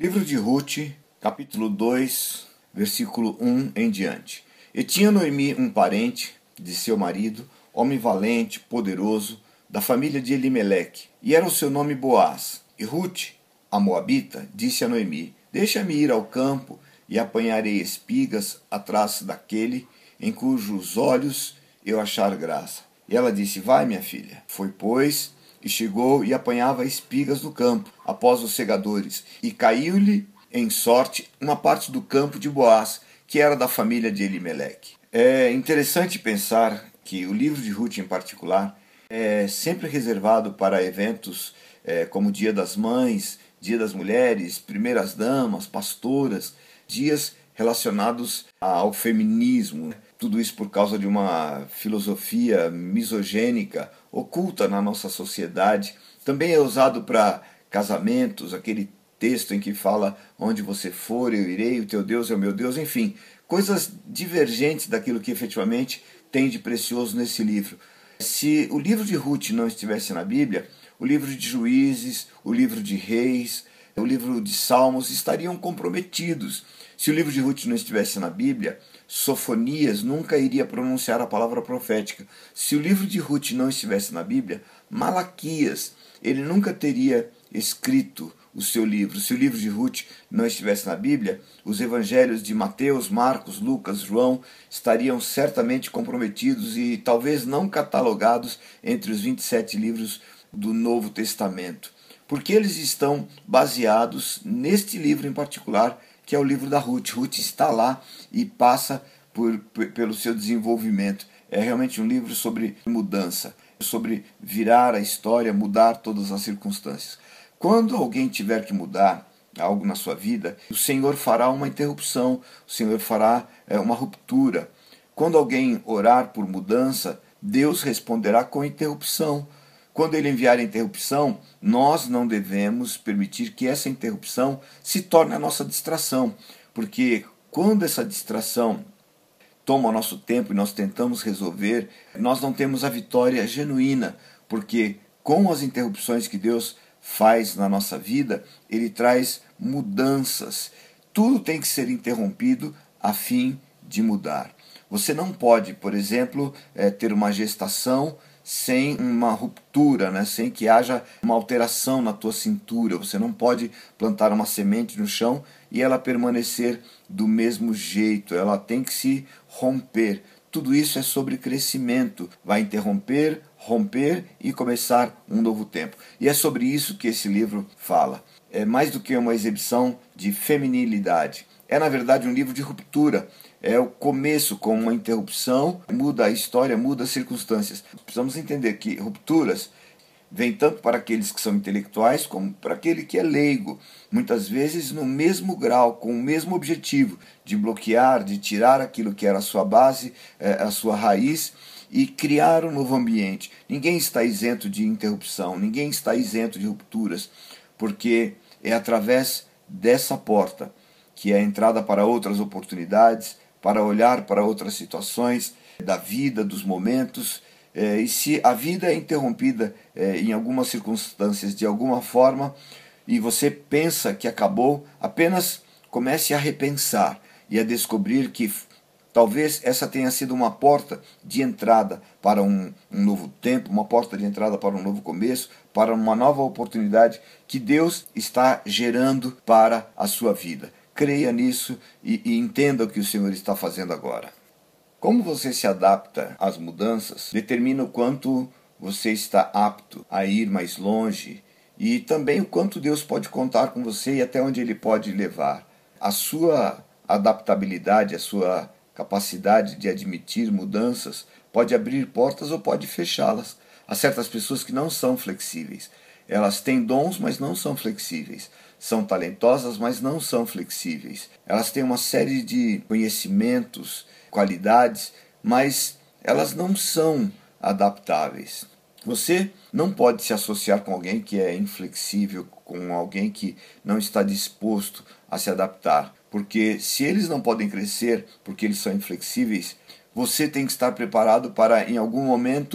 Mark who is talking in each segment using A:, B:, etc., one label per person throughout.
A: Livro de Ruth, capítulo 2, versículo 1 em diante. E tinha Noemi um parente de seu marido, homem valente, poderoso, da família de Elimeleque, e era o seu nome Boaz. E Ruth, a moabita, disse a Noemi: Deixa-me ir ao campo e apanharei espigas atrás daquele em cujos olhos eu achar graça. E ela disse: Vai, minha filha. Foi, pois, e chegou e apanhava espigas no campo, após os segadores, e caiu-lhe em sorte uma parte do campo de Boaz, que era da família de Elimeleque. É interessante pensar que o livro de Ruth, em particular, é sempre reservado para eventos como Dia das Mães, Dia das Mulheres, Primeiras Damas, pastoras, dias relacionados ao feminismo. Tudo isso por causa de uma filosofia misogênica oculta na nossa sociedade. Também é usado para casamentos, aquele texto em que fala: onde você for eu irei, o teu Deus é o meu Deus, enfim, coisas divergentes daquilo que efetivamente tem de precioso nesse livro. Se o livro de Ruth não estivesse na Bíblia, o livro de Juízes, o livro de Reis, o livro de Salmos estariam comprometidos. Se o livro de Ruth não estivesse na Bíblia, Sofonias nunca iria pronunciar a palavra profética. Se o livro de Ruth não estivesse na Bíblia, Malaquias, ele nunca teria escrito o seu livro. Se o livro de Ruth não estivesse na Bíblia, os evangelhos de Mateus, Marcos, Lucas, João estariam certamente comprometidos e talvez não catalogados entre os 27 livros do Novo Testamento, porque eles estão baseados neste livro em particular, que é o livro da Ruth. Ruth está lá e passa pelo seu desenvolvimento. É realmente um livro sobre mudança, sobre virar a história, mudar todas as circunstâncias. Quando alguém tiver que mudar algo na sua vida, o Senhor fará uma interrupção, o Senhor fará uma ruptura. Quando alguém orar por mudança, Deus responderá com interrupção. Quando ele enviar a interrupção, nós não devemos permitir que essa interrupção se torne a nossa distração, porque quando essa distração toma o nosso tempo e nós tentamos resolver, nós não temos a vitória genuína, porque com as interrupções que Deus faz na nossa vida, ele traz mudanças. Tudo tem que ser interrompido a fim de mudar. Você não pode, por exemplo, ter uma gestação sem uma ruptura, sem que haja uma alteração na tua cintura. Você não pode plantar uma semente no chão e ela permanecer do mesmo jeito. Ela tem que se romper. Tudo isso é sobre crescimento. Vai interromper, romper e começar um novo tempo. E é sobre isso que esse livro fala. É mais do que uma exibição de feminilidade. É, na verdade, um livro de ruptura. É o começo com uma interrupção, muda a história, muda as circunstâncias. Precisamos entender que rupturas vêm tanto para aqueles que são intelectuais como para aquele que é leigo. Muitas vezes no mesmo grau, com o mesmo objetivo de bloquear, de tirar aquilo que era a sua base, a sua raiz e criar um novo ambiente. Ninguém está isento de interrupção, ninguém está isento de rupturas, porque é através dessa porta que é a entrada para outras oportunidades, para olhar para outras situações da vida, dos momentos. E se a vida é interrompida em algumas circunstâncias de alguma forma e você pensa que acabou, apenas comece a repensar e a descobrir que talvez essa tenha sido uma porta de entrada para um novo tempo, uma porta de entrada para um novo começo, para uma nova oportunidade que Deus está gerando para a sua vida. Creia nisso e entenda o que o Senhor está fazendo agora. Como você se adapta às mudanças determina o quanto você está apto a ir mais longe e também o quanto Deus pode contar com você e até onde Ele pode levar. A sua adaptabilidade, a sua capacidade de admitir mudanças pode abrir portas ou pode fechá-las. Há certas pessoas que não são flexíveis. Elas têm dons, mas não são flexíveis. São talentosas, mas não são flexíveis. Elas têm uma série de conhecimentos, qualidades, mas elas não são adaptáveis. Você não pode se associar com alguém que é inflexível, com alguém que não está disposto a se adaptar. Porque se eles não podem crescer porque eles são inflexíveis, você tem que estar preparado para, em algum momento,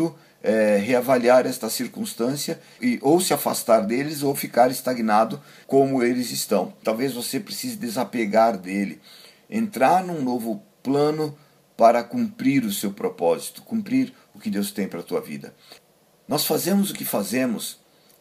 A: reavaliar esta circunstância ou se afastar deles ou ficar estagnado como eles estão. Talvez você precise desapegar dele, entrar num novo plano para cumprir o seu propósito, cumprir o que Deus tem para a tua vida. Nós fazemos o que fazemos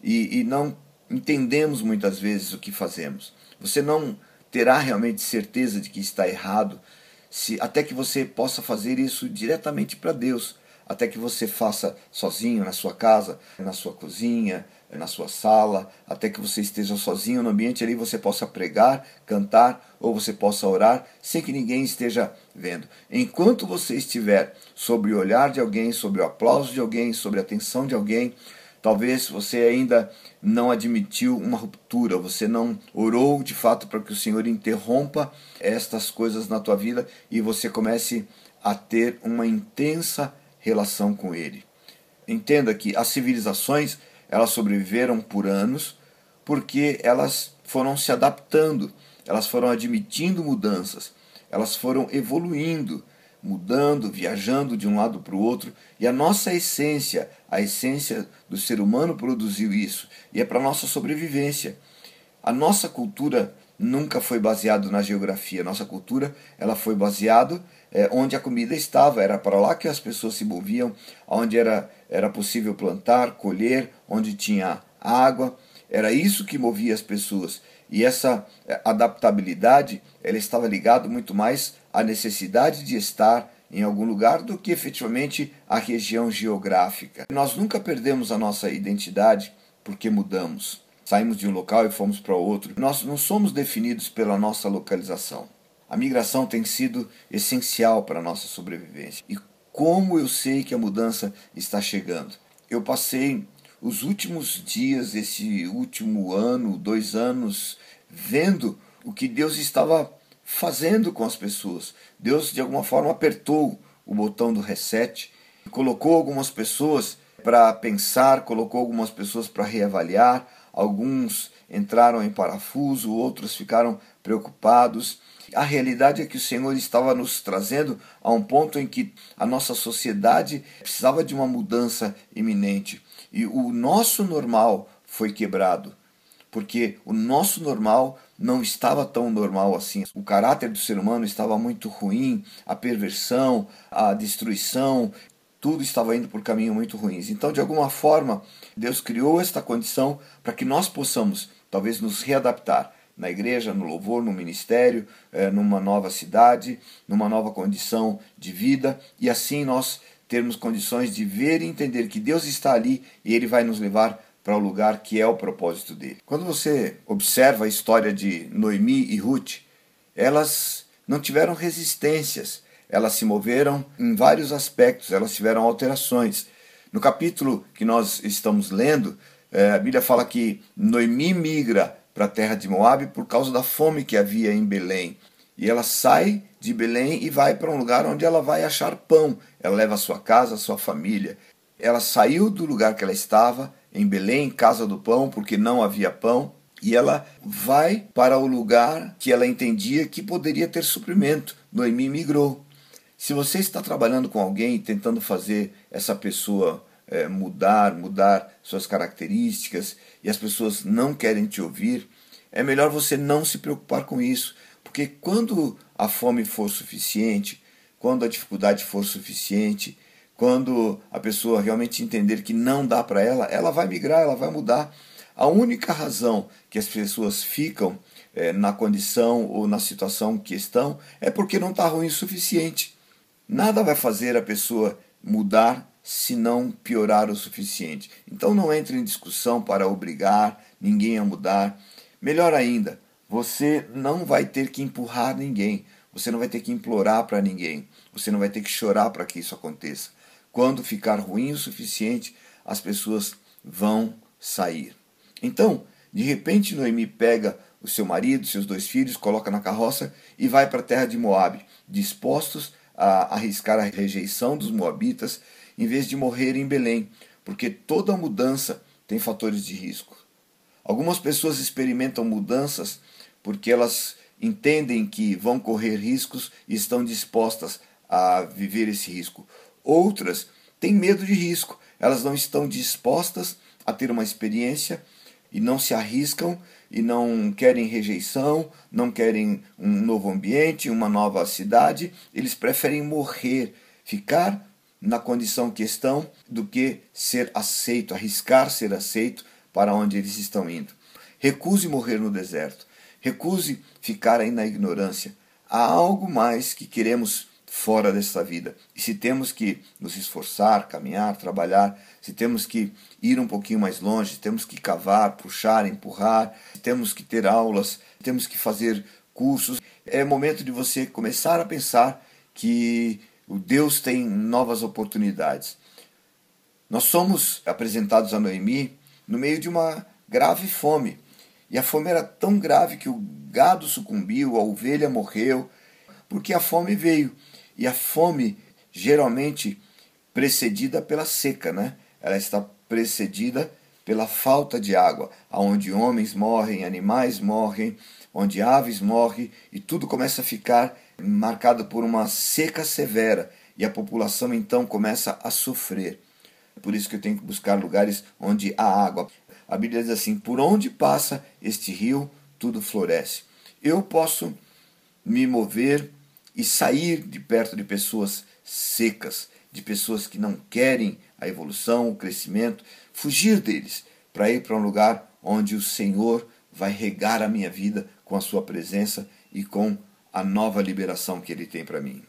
A: e não entendemos muitas vezes o que fazemos. Você não terá realmente certeza de que está errado até que você possa fazer isso diretamente para Deus, até que você faça sozinho na sua casa, na sua cozinha, na sua sala, até que você esteja sozinho no ambiente ali, você possa pregar, cantar ou você possa orar sem que ninguém esteja vendo. Enquanto você estiver sob o olhar de alguém, sob o aplauso de alguém, sob a atenção de alguém, talvez você ainda não admitiu uma ruptura, você não orou de fato para que o Senhor interrompa estas coisas na tua vida e você comece a ter uma intensa relação com Ele. Entenda que as civilizações, elas sobreviveram por anos porque elas foram se adaptando, elas foram admitindo mudanças, elas foram evoluindo, mudando, viajando de um lado para o outro, e a nossa essência, a essência do ser humano produziu isso, e é para a nossa sobrevivência. A nossa cultura nunca foi baseada na geografia, a nossa cultura ela foi baseada onde a comida estava, era para lá que as pessoas se moviam, onde era possível plantar, colher, onde tinha água, era isso que movia as pessoas. E essa adaptabilidade, ela estava ligada muito mais à necessidade de estar em algum lugar do que efetivamente à região geográfica. Nós nunca perdemos a nossa identidade porque mudamos. Saímos de um local e fomos para outro. Nós não somos definidos pela nossa localização. A migração tem sido essencial para a nossa sobrevivência. E como eu sei que a mudança está chegando? Eu passei os últimos dias, esse último ano, 2 anos, vendo o que Deus estava fazendo com as pessoas. Deus, de alguma forma, apertou o botão do reset, colocou algumas pessoas para pensar, colocou algumas pessoas para reavaliar, alguns entraram em parafuso, outros ficaram preocupados. A realidade é que o Senhor estava nos trazendo a um ponto em que a nossa sociedade precisava de uma mudança iminente. E o nosso normal foi quebrado, porque o nosso normal não estava tão normal assim. O caráter do ser humano estava muito ruim, a perversão, a destruição, tudo estava indo por caminhos muito ruins. Então, de alguma forma, Deus criou esta condição para que nós possamos, talvez, nos readaptar na igreja, no louvor, no ministério, numa nova cidade, numa nova condição de vida, e assim nós termos condições de ver e entender que Deus está ali e Ele vai nos levar para o lugar que é o propósito dele. Quando você observa a história de Noemi e Ruth, elas não tiveram resistências, elas se moveram em vários aspectos, elas tiveram alterações. No capítulo que nós estamos lendo, a Bíblia fala que Noemi migra para a terra de Moabe por causa da fome que havia em Belém. E ela sai de Belém e vai para um lugar onde ela vai achar pão. Ela leva a sua casa, a sua família. Ela saiu do lugar que ela estava, em Belém, casa do pão, porque não havia pão. E ela vai para o lugar que ela entendia que poderia ter suprimento. Noemi migrou. Se você está trabalhando com alguém, tentando fazer essa pessoa mudar suas características e as pessoas não querem te ouvir, é melhor você não se preocupar com isso, porque quando a fome for suficiente, quando a dificuldade for suficiente, quando a pessoa realmente entender que não dá para ela, ela vai migrar, ela vai mudar. A única razão que as pessoas ficam na condição ou na situação que estão é porque não está ruim o suficiente. Nada vai fazer a pessoa mudar se não piorar o suficiente. Então não entre em discussão para obrigar ninguém a mudar. Melhor ainda, você não vai ter que empurrar ninguém, você não vai ter que implorar para ninguém, você não vai ter que chorar para que isso aconteça. Quando ficar ruim o suficiente, as pessoas vão sair. Então, de repente, Noemi pega o seu marido, seus 2 filhos, coloca na carroça e vai para a terra de Moabe, dispostos a arriscar a rejeição dos moabitas, em vez de morrer em Belém, porque toda mudança tem fatores de risco. Algumas pessoas experimentam mudanças porque elas entendem que vão correr riscos e estão dispostas a viver esse risco. Outras têm medo de risco, elas não estão dispostas a ter uma experiência e não se arriscam e não querem rejeição, não querem um novo ambiente, uma nova cidade. Eles preferem morrer, ficar na condição que estão, do que ser aceito, arriscar ser aceito para onde eles estão indo. Recuse morrer no deserto. Recuse ficar aí na ignorância. Há algo mais que queremos fora desta vida. E se temos que nos esforçar, caminhar, trabalhar, se temos que ir um pouquinho mais longe, temos que cavar, puxar, empurrar, temos que ter aulas, temos que fazer cursos, é momento de você começar a pensar que o Deus tem novas oportunidades. Nós somos apresentados a Noemi no meio de uma grave fome. E a fome era tão grave que o gado sucumbiu, a ovelha morreu, porque a fome veio. E a fome geralmente precedida pela seca, né? Ela está precedida pela falta de água, onde homens morrem, animais morrem, onde aves morrem, e tudo começa a ficar marcado por uma seca severa, e a população então começa a sofrer. Por isso que eu tenho que buscar lugares onde há água. A Bíblia diz assim: por onde passa este rio, tudo floresce. Eu posso me mover e sair de perto de pessoas secas, de pessoas que não querem a evolução, o crescimento, fugir deles, para ir para um lugar onde o Senhor vai regar a minha vida com a sua presença e com a nova liberação que Ele tem para mim.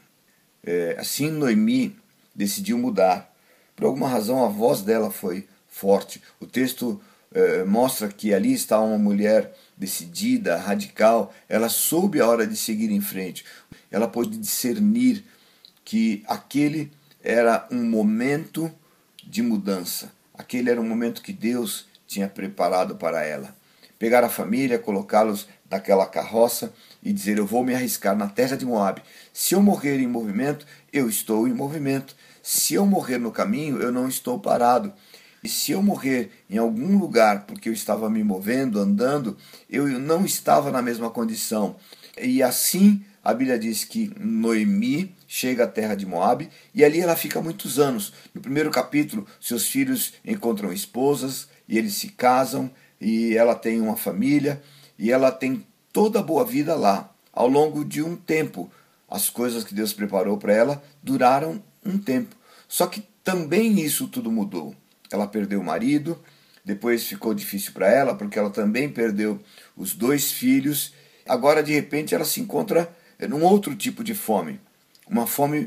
A: Assim, Noemi decidiu mudar. Por alguma razão, a voz dela foi forte. O texto mostra que ali está uma mulher decidida, radical. Ela soube a hora de seguir em frente. Ela pôde discernir que aquele era um momento de mudança. Aquele era um momento que Deus tinha preparado para ela. Pegar a família, colocá-los naquela carroça e dizer: eu vou me arriscar na terra de Moabe. Se eu morrer em movimento, eu estou em movimento. Se eu morrer no caminho, eu não estou parado. E se eu morrer em algum lugar porque eu estava me movendo, andando, eu não estava na mesma condição. E assim a Bíblia diz que Noemi chega à terra de Moabe e ali ela fica muitos anos. No primeiro capítulo, seus filhos encontram esposas e eles se casam e ela tem uma família e ela tem toda a boa vida lá. Ao longo de um tempo, as coisas que Deus preparou para ela duraram um tempo. Só que também isso tudo mudou. Ela perdeu o marido, depois ficou difícil para ela porque ela também perdeu os 2 filhos. Agora, de repente, ela se encontra num outro tipo de fome. Uma fome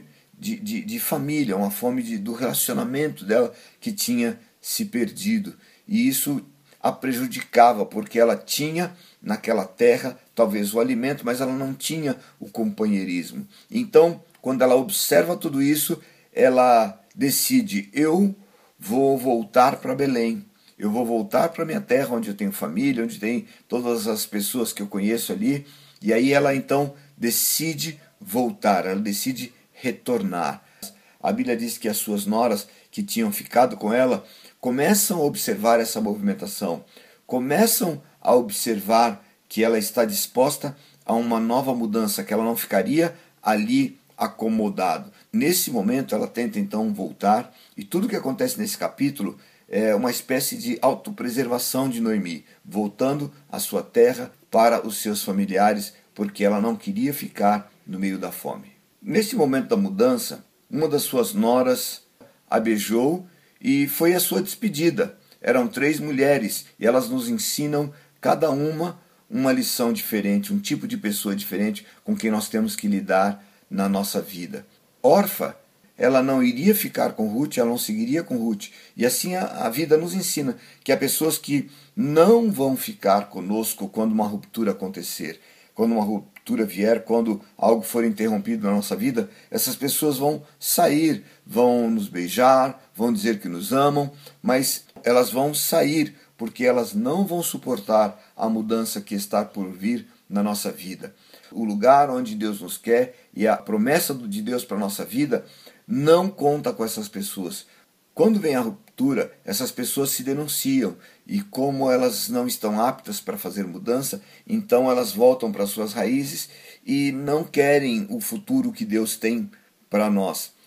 A: de família, uma fome do relacionamento dela que tinha se perdido. E isso a prejudicava, porque ela tinha naquela terra talvez o alimento, mas ela não tinha o companheirismo. Então, quando ela observa tudo isso, ela decide: eu vou voltar para Belém. Eu vou voltar para minha terra, onde eu tenho família, onde tem todas as pessoas que eu conheço ali. E aí ela então decide voltar, ela decide retornar. A Bíblia diz que as suas noras que tinham ficado com ela começam a observar essa movimentação, começam a observar que ela está disposta a uma nova mudança, que ela não ficaria ali acomodado. Nesse momento ela tenta então voltar, e tudo o que acontece nesse capítulo é uma espécie de autopreservação de Noemi, voltando à sua terra para os seus familiares, porque ela não queria ficar no meio da fome. Nesse momento da mudança, uma das suas noras a beijou e foi a sua despedida. Eram 3 mulheres e elas nos ensinam cada uma lição diferente, um tipo de pessoa diferente com quem nós temos que lidar na nossa vida. Orfa, ela não iria ficar com Ruth, ela não seguiria com Ruth. E assim a vida nos ensina que há pessoas que não vão ficar conosco quando uma ruptura acontecer. Quando uma ruptura vier, quando algo for interrompido na nossa vida, essas pessoas vão sair, vão nos beijar, vão dizer que nos amam, mas elas vão sair porque elas não vão suportar a mudança que está por vir na nossa vida. O lugar onde Deus nos quer e a promessa de Deus para a nossa vida não conta com essas pessoas. Quando vem a ruptura, essas pessoas se denunciam e como elas não estão aptas para fazer mudança, então elas voltam para suas raízes e não querem o futuro que Deus tem para nós.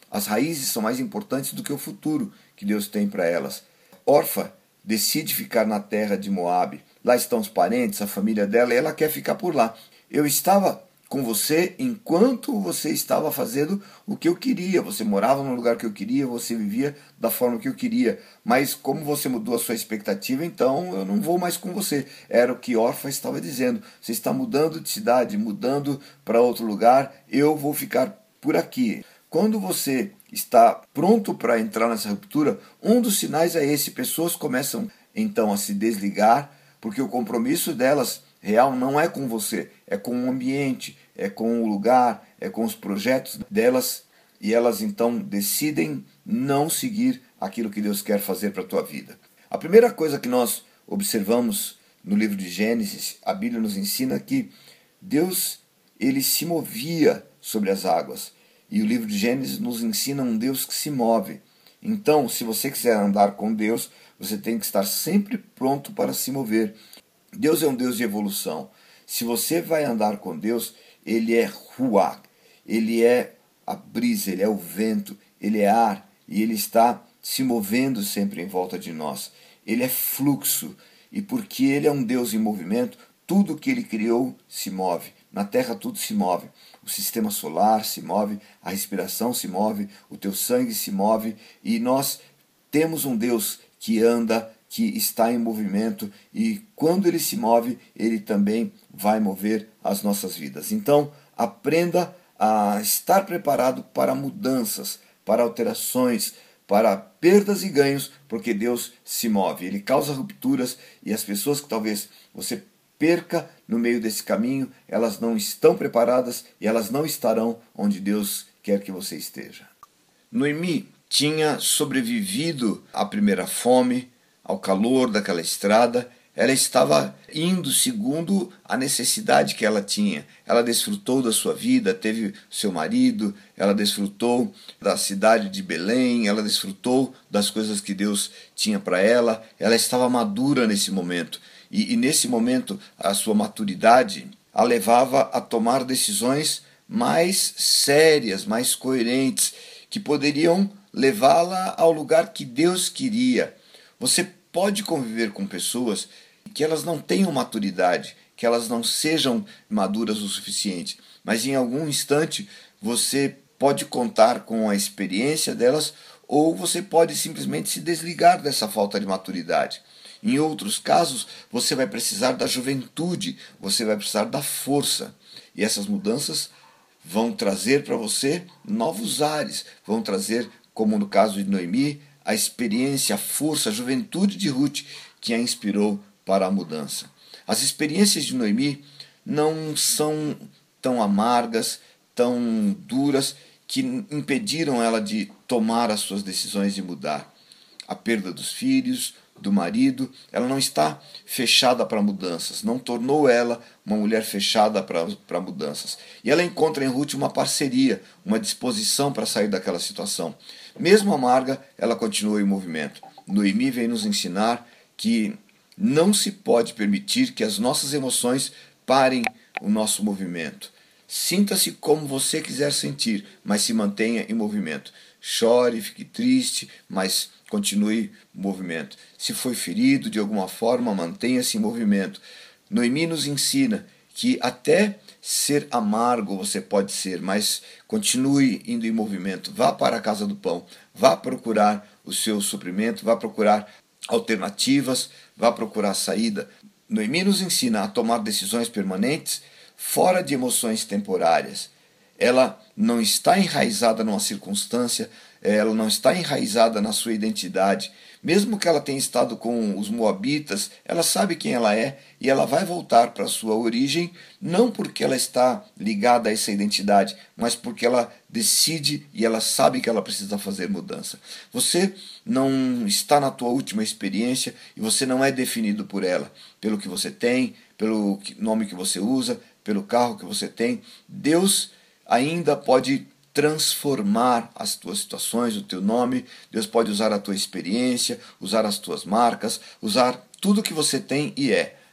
A: As raízes são mais importantes do que o futuro que Deus tem para elas. Orfa decide ficar na terra de Moabe. Lá estão os parentes, a família dela, e ela quer ficar por lá. Eu estava com você enquanto você estava fazendo o que eu queria. Você morava no lugar que eu queria, você vivia da forma que eu queria. Mas como você mudou a sua expectativa, então eu não vou mais com você. Era o que Orfa estava dizendo. Você está mudando de cidade, mudando para outro lugar, eu vou ficar por aqui. Quando você está pronto para entrar nessa ruptura, um dos sinais é esse. Pessoas começam então a se desligar, porque o compromisso delas real não é com você, é com o ambiente, é com o lugar, é com os projetos delas, e elas então decidem não seguir aquilo que Deus quer fazer para a tua vida. A primeira coisa que nós observamos no livro de Gênesis, a Bíblia nos ensina que Deus, ele se movia sobre as águas. E o livro de Gênesis nos ensina um Deus que se move. Então, se você quiser andar com Deus, você tem que estar sempre pronto para se mover. Deus é um Deus de evolução. Se você vai andar com Deus, Ele é ruach, Ele é a brisa, Ele é o vento, Ele é ar, e Ele está se movendo sempre em volta de nós. Ele é fluxo, e porque Ele é um Deus em movimento, tudo que Ele criou se move. Na Terra tudo se move. O sistema solar se move, a respiração se move, o teu sangue se move, e nós temos um Deus que anda, que está em movimento, e quando Ele se move, Ele também vai mover as nossas vidas. Então, aprenda a estar preparado para mudanças, para alterações, para perdas e ganhos, porque Deus se move. Ele causa rupturas, e as pessoas que talvez você perca no meio desse caminho, elas não estão preparadas e elas não estarão onde Deus quer que você esteja. Noemi tinha sobrevivido à primeira fome, ao calor daquela estrada. Ela estava indo segundo a necessidade que ela tinha. Ela desfrutou da sua vida, teve seu marido, ela desfrutou da cidade de Belém, ela desfrutou das coisas que Deus tinha para ela. Ela estava madura nesse momento. E nesse momento, a sua maturidade a levava a tomar decisões mais sérias, mais coerentes, que poderiam levá-la ao lugar que Deus queria. Você pode conviver com pessoas que elas não tenham maturidade, que elas não sejam maduras o suficiente, mas em algum instante você pode contar com a experiência delas, ou você pode simplesmente se desligar dessa falta de maturidade. Em outros casos, você vai precisar da juventude, você vai precisar da força. E essas mudanças vão trazer para você novos ares, vão trazer, como no caso de Noemi, a experiência, a força, a juventude de Ruth que a inspirou para a mudança. As experiências de Noemi não são tão amargas, tão duras, que impediram ela de tomar as suas decisões de mudar. A perda dos filhos, do marido, ela não está fechada para mudanças, não tornou ela uma mulher fechada para mudanças. E ela encontra em Ruth uma parceria, uma disposição para sair daquela situação. Mesmo amarga, ela continua em movimento. Noemi vem nos ensinar que não se pode permitir que as nossas emoções parem o nosso movimento. Sinta-se como você quiser sentir, mas se mantenha em movimento. Chore, fique triste, mas continue em movimento. Se foi ferido de alguma forma, mantenha-se em movimento. Noemi nos ensina que até ser amargo você pode ser, mas continue indo em movimento. Vá para a casa do pão, vá procurar o seu suprimento, vá procurar alternativas, vá procurar saída. Noemi nos ensina a tomar decisões permanentes fora de emoções temporárias. Ela não está enraizada numa circunstância, ela não está enraizada na sua identidade. Mesmo que ela tenha estado com os moabitas, ela sabe quem ela é e ela vai voltar para a sua origem, não porque ela está ligada a essa identidade, mas porque ela decide e ela sabe que ela precisa fazer mudança. Você não está na tua última experiência e você não é definido por ela, pelo que você tem, pelo nome que você usa, pelo carro que você tem. Deus ainda pode transformar as tuas situações, o teu nome. Deus pode usar a tua experiência, usar as tuas marcas, usar tudo que você tem e é.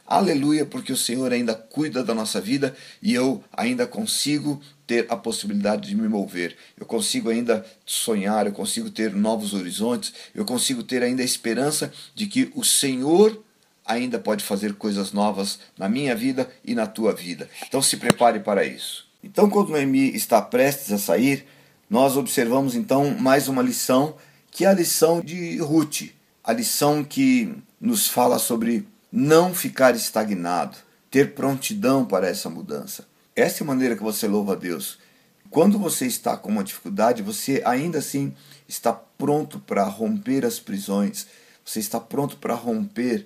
A: aleluia, porque o Senhor ainda cuida da nossa vida e eu ainda consigo ter a possibilidade de me mover. Eu consigo ainda sonhar, eu consigo ter novos horizontes, eu consigo ter ainda a esperança de que o Senhor ainda pode fazer coisas novas na minha vida e na tua vida. Então se prepare para isso. Então, quando Noemi está prestes a sair, nós observamos então mais uma lição, que é a lição de Ruth, a lição que nos fala sobre não ficar estagnado, ter prontidão para essa mudança. Essa é a maneira que você louva a Deus. Quando você está com uma dificuldade, você ainda assim está pronto para romper as prisões, você está pronto para romper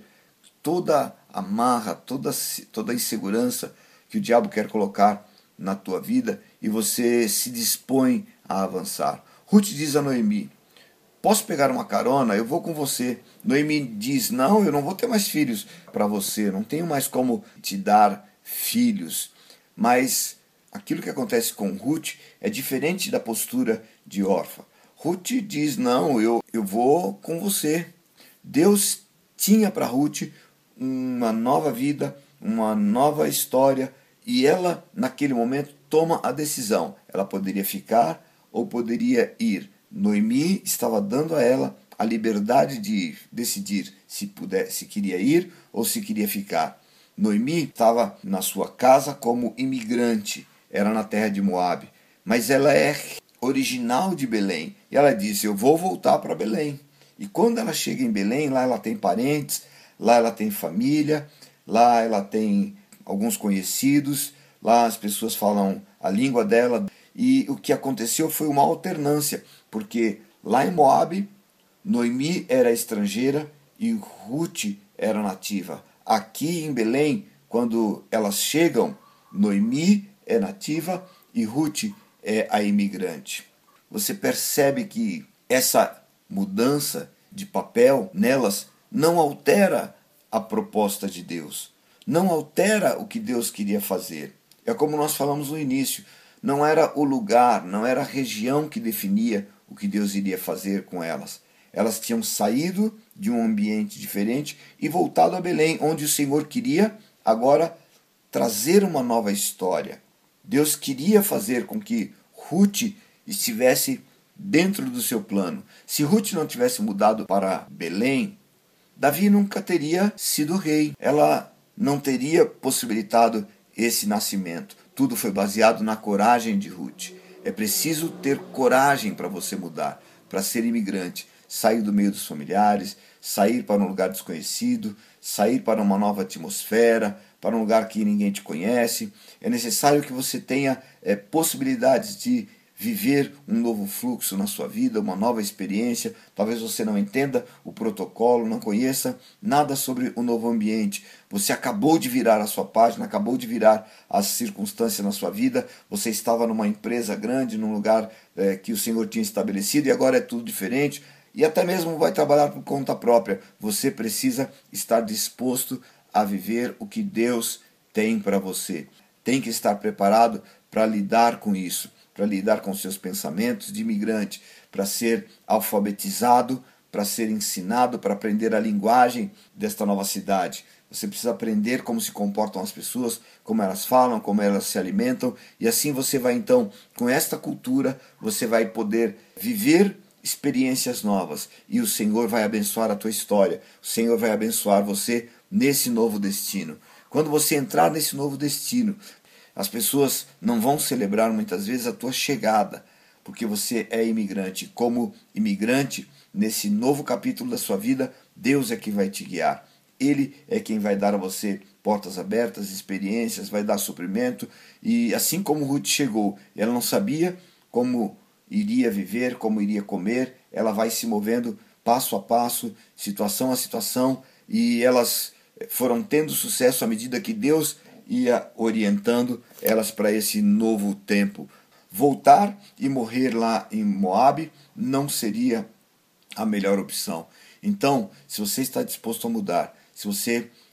A: toda a amarra, toda a insegurança que o diabo quer colocar na tua vida e você se dispõe a avançar. Ruth diz a Noemi: posso pegar uma carona? Eu vou com você. Noemi diz: não, eu não vou ter mais filhos para você, não tenho mais como te dar filhos. Mas aquilo que acontece com Ruth é diferente da postura de Orfa. Ruth diz: não, eu vou com você. Deus tinha para Ruth uma nova vida, uma nova história, e ela, naquele momento, toma a decisão. Ela poderia ficar ou poderia ir. Noemi estava dando a ela a liberdade de decidir se queria ir ou se queria ficar. Noemi estava na sua casa como imigrante, era na terra de Moabe, mas ela é original de Belém. E ela disse: eu vou voltar para Belém. E quando ela chega em Belém, lá ela tem parentes, lá ela tem família, lá ela tem alguns conhecidos, lá as pessoas falam a língua dela. E o que aconteceu foi uma alternância, porque lá em Moabe, Noemi era estrangeira e Ruth era nativa. Aqui em Belém, quando elas chegam, Noemi é nativa e Ruth é a imigrante. Você percebe que essa mudança de papel nelas não altera a proposta de Deus, não altera o que Deus queria fazer. É como nós falamos no início, não era o lugar, não era a região que definia o que Deus iria fazer com elas. Elas tinham saído de um ambiente diferente e voltado a Belém, onde o Senhor queria agora trazer uma nova história. Deus queria fazer com que Ruth estivesse dentro do seu plano. Se Ruth não tivesse mudado para Belém, Davi nunca teria sido rei. Ela não teria possibilitado esse nascimento. Tudo foi baseado na coragem de Ruth. É preciso ter coragem para você mudar, para ser imigrante, sair do meio dos familiares, sair para um lugar desconhecido, sair para uma nova atmosfera, para um lugar que ninguém te conhece. É necessário que você tenha possibilidades de viver um novo fluxo na sua vida, uma nova experiência. Talvez você não entenda o protocolo, não conheça nada sobre o novo ambiente. Você acabou de virar a sua página, acabou de virar as circunstâncias na sua vida. Você estava numa empresa grande, num lugar que o Senhor tinha estabelecido e agora é tudo diferente. E até mesmo vai trabalhar por conta própria. Você precisa estar disposto a viver o que Deus tem para você. Tem que estar preparado para lidar com isso, para lidar com seus pensamentos de imigrante, para ser alfabetizado, para ser ensinado, para aprender a linguagem desta nova cidade. Você precisa aprender como se comportam as pessoas, como elas falam, como elas se alimentam, e assim você vai então, com esta cultura, você vai poder viver experiências novas, e o Senhor vai abençoar a tua história, o Senhor vai abençoar você nesse novo destino. Quando você entrar nesse novo destino, as pessoas não vão celebrar muitas vezes a tua chegada, porque você é imigrante. Como imigrante, nesse novo capítulo da sua vida, Deus é quem vai te guiar. Ele é quem vai dar a você portas abertas, experiências, vai dar suprimento. E assim como Ruth chegou, ela não sabia como iria viver, como iria comer, ela vai se movendo passo a passo, situação a situação, e elas foram tendo sucesso à medida que Deus ia orientando elas para esse novo tempo. Voltar e morrer lá em Moabe não seria a melhor opção. Então, se você está disposto a mudar, se você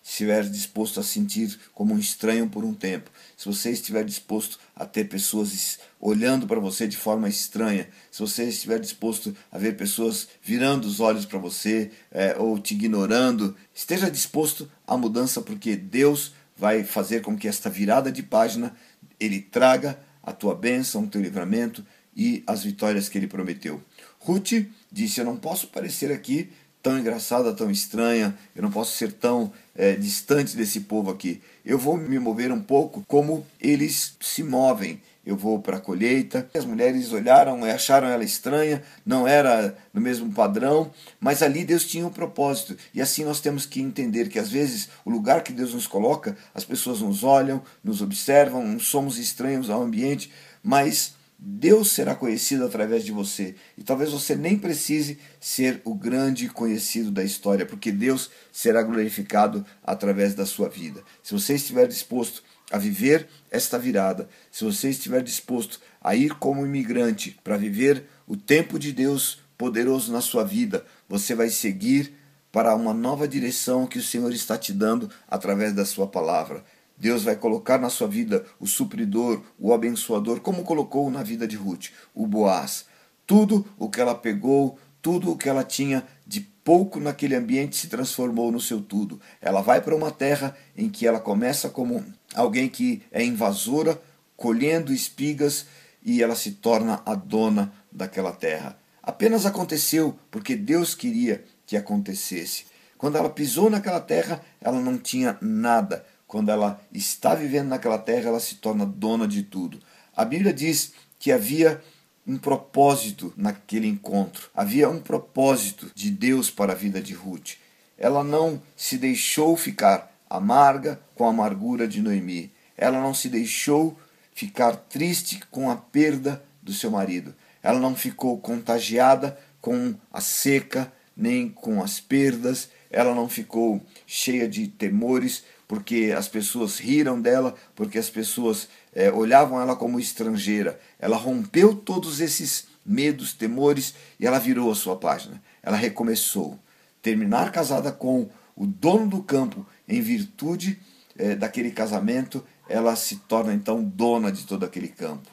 A: estiver disposto a sentir como um estranho por um tempo, se você estiver disposto a ter pessoas olhando para você de forma estranha, se você estiver disposto a ver pessoas virando os olhos para você ou te ignorando, esteja disposto à mudança, porque Deus vai fazer com que esta virada de página Ele traga a tua bênção, o teu livramento e as vitórias que Ele prometeu. Ruth disse: eu não posso parecer aqui tão engraçada, tão estranha, eu não posso ser tão distante desse povo aqui. Eu vou me mover um pouco como eles se movem. Eu vou para a colheita. As mulheres olharam e acharam ela estranha, não era no mesmo padrão, mas ali Deus tinha um propósito. E assim nós temos que entender que às vezes o lugar que Deus nos coloca, as pessoas nos olham, nos observam, somos estranhos ao ambiente, mas Deus será conhecido através de você. E talvez você nem precise ser o grande conhecido da história, porque Deus será glorificado através da sua vida. Se você estiver disposto a viver esta virada, se você estiver disposto a ir como imigrante para viver o tempo de Deus poderoso na sua vida, você vai seguir para uma nova direção que o Senhor está te dando através da sua palavra. Deus vai colocar na sua vida o supridor, o abençoador, como colocou na vida de Ruth, o Boaz. Tudo o que ela pegou, tudo o que ela tinha de pouco naquele ambiente se transformou no seu tudo. Ela vai para uma terra em que ela começa como alguém que é invasora, colhendo espigas, e ela se torna a dona daquela terra. Apenas aconteceu porque Deus queria que acontecesse. Quando ela pisou naquela terra, ela não tinha nada. Quando ela está vivendo naquela terra, ela se torna dona de tudo. A Bíblia diz que havia um propósito naquele encontro. Havia um propósito de Deus para a vida de Ruth. Ela não se deixou ficar amarga com a amargura de Noemi. Ela não se deixou ficar triste com a perda do seu marido. Ela não ficou contagiada com a seca, nem com as perdas. Ela não ficou cheia de temores, porque as pessoas riram dela, porque as pessoas olhavam ela como estrangeira. Ela rompeu todos esses medos, temores, e ela virou a sua página. Ela recomeçou. Terminar casada com o dono do campo, em virtude daquele casamento, ela se torna então dona de todo aquele campo.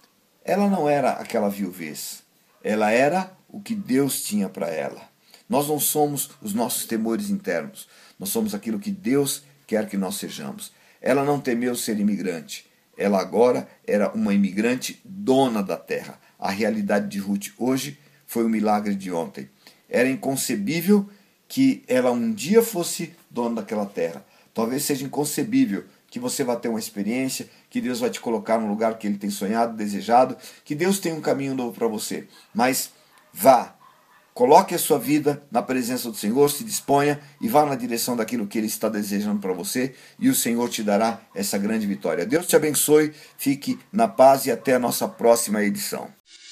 A: Ela não era aquela viuvez. Ela era o que Deus tinha para ela. Nós não somos os nossos temores internos. Nós somos aquilo que Deus quer que nós sejamos. Ela não temeu ser imigrante. Ela agora era uma imigrante dona da terra. A realidade de Ruth hoje foi o milagre de ontem. Era inconcebível que ela um dia fosse dona daquela terra. Talvez seja inconcebível que você vá ter uma experiência, que Deus vai te colocar no lugar que Ele tem sonhado, desejado, que Deus tem um caminho novo para você. Mas vá. Coloque a sua vida na presença do Senhor, se disponha e vá na direção daquilo que Ele está desejando para você, e o Senhor te dará essa grande vitória. Deus te abençoe, fique na paz e até a nossa próxima edição.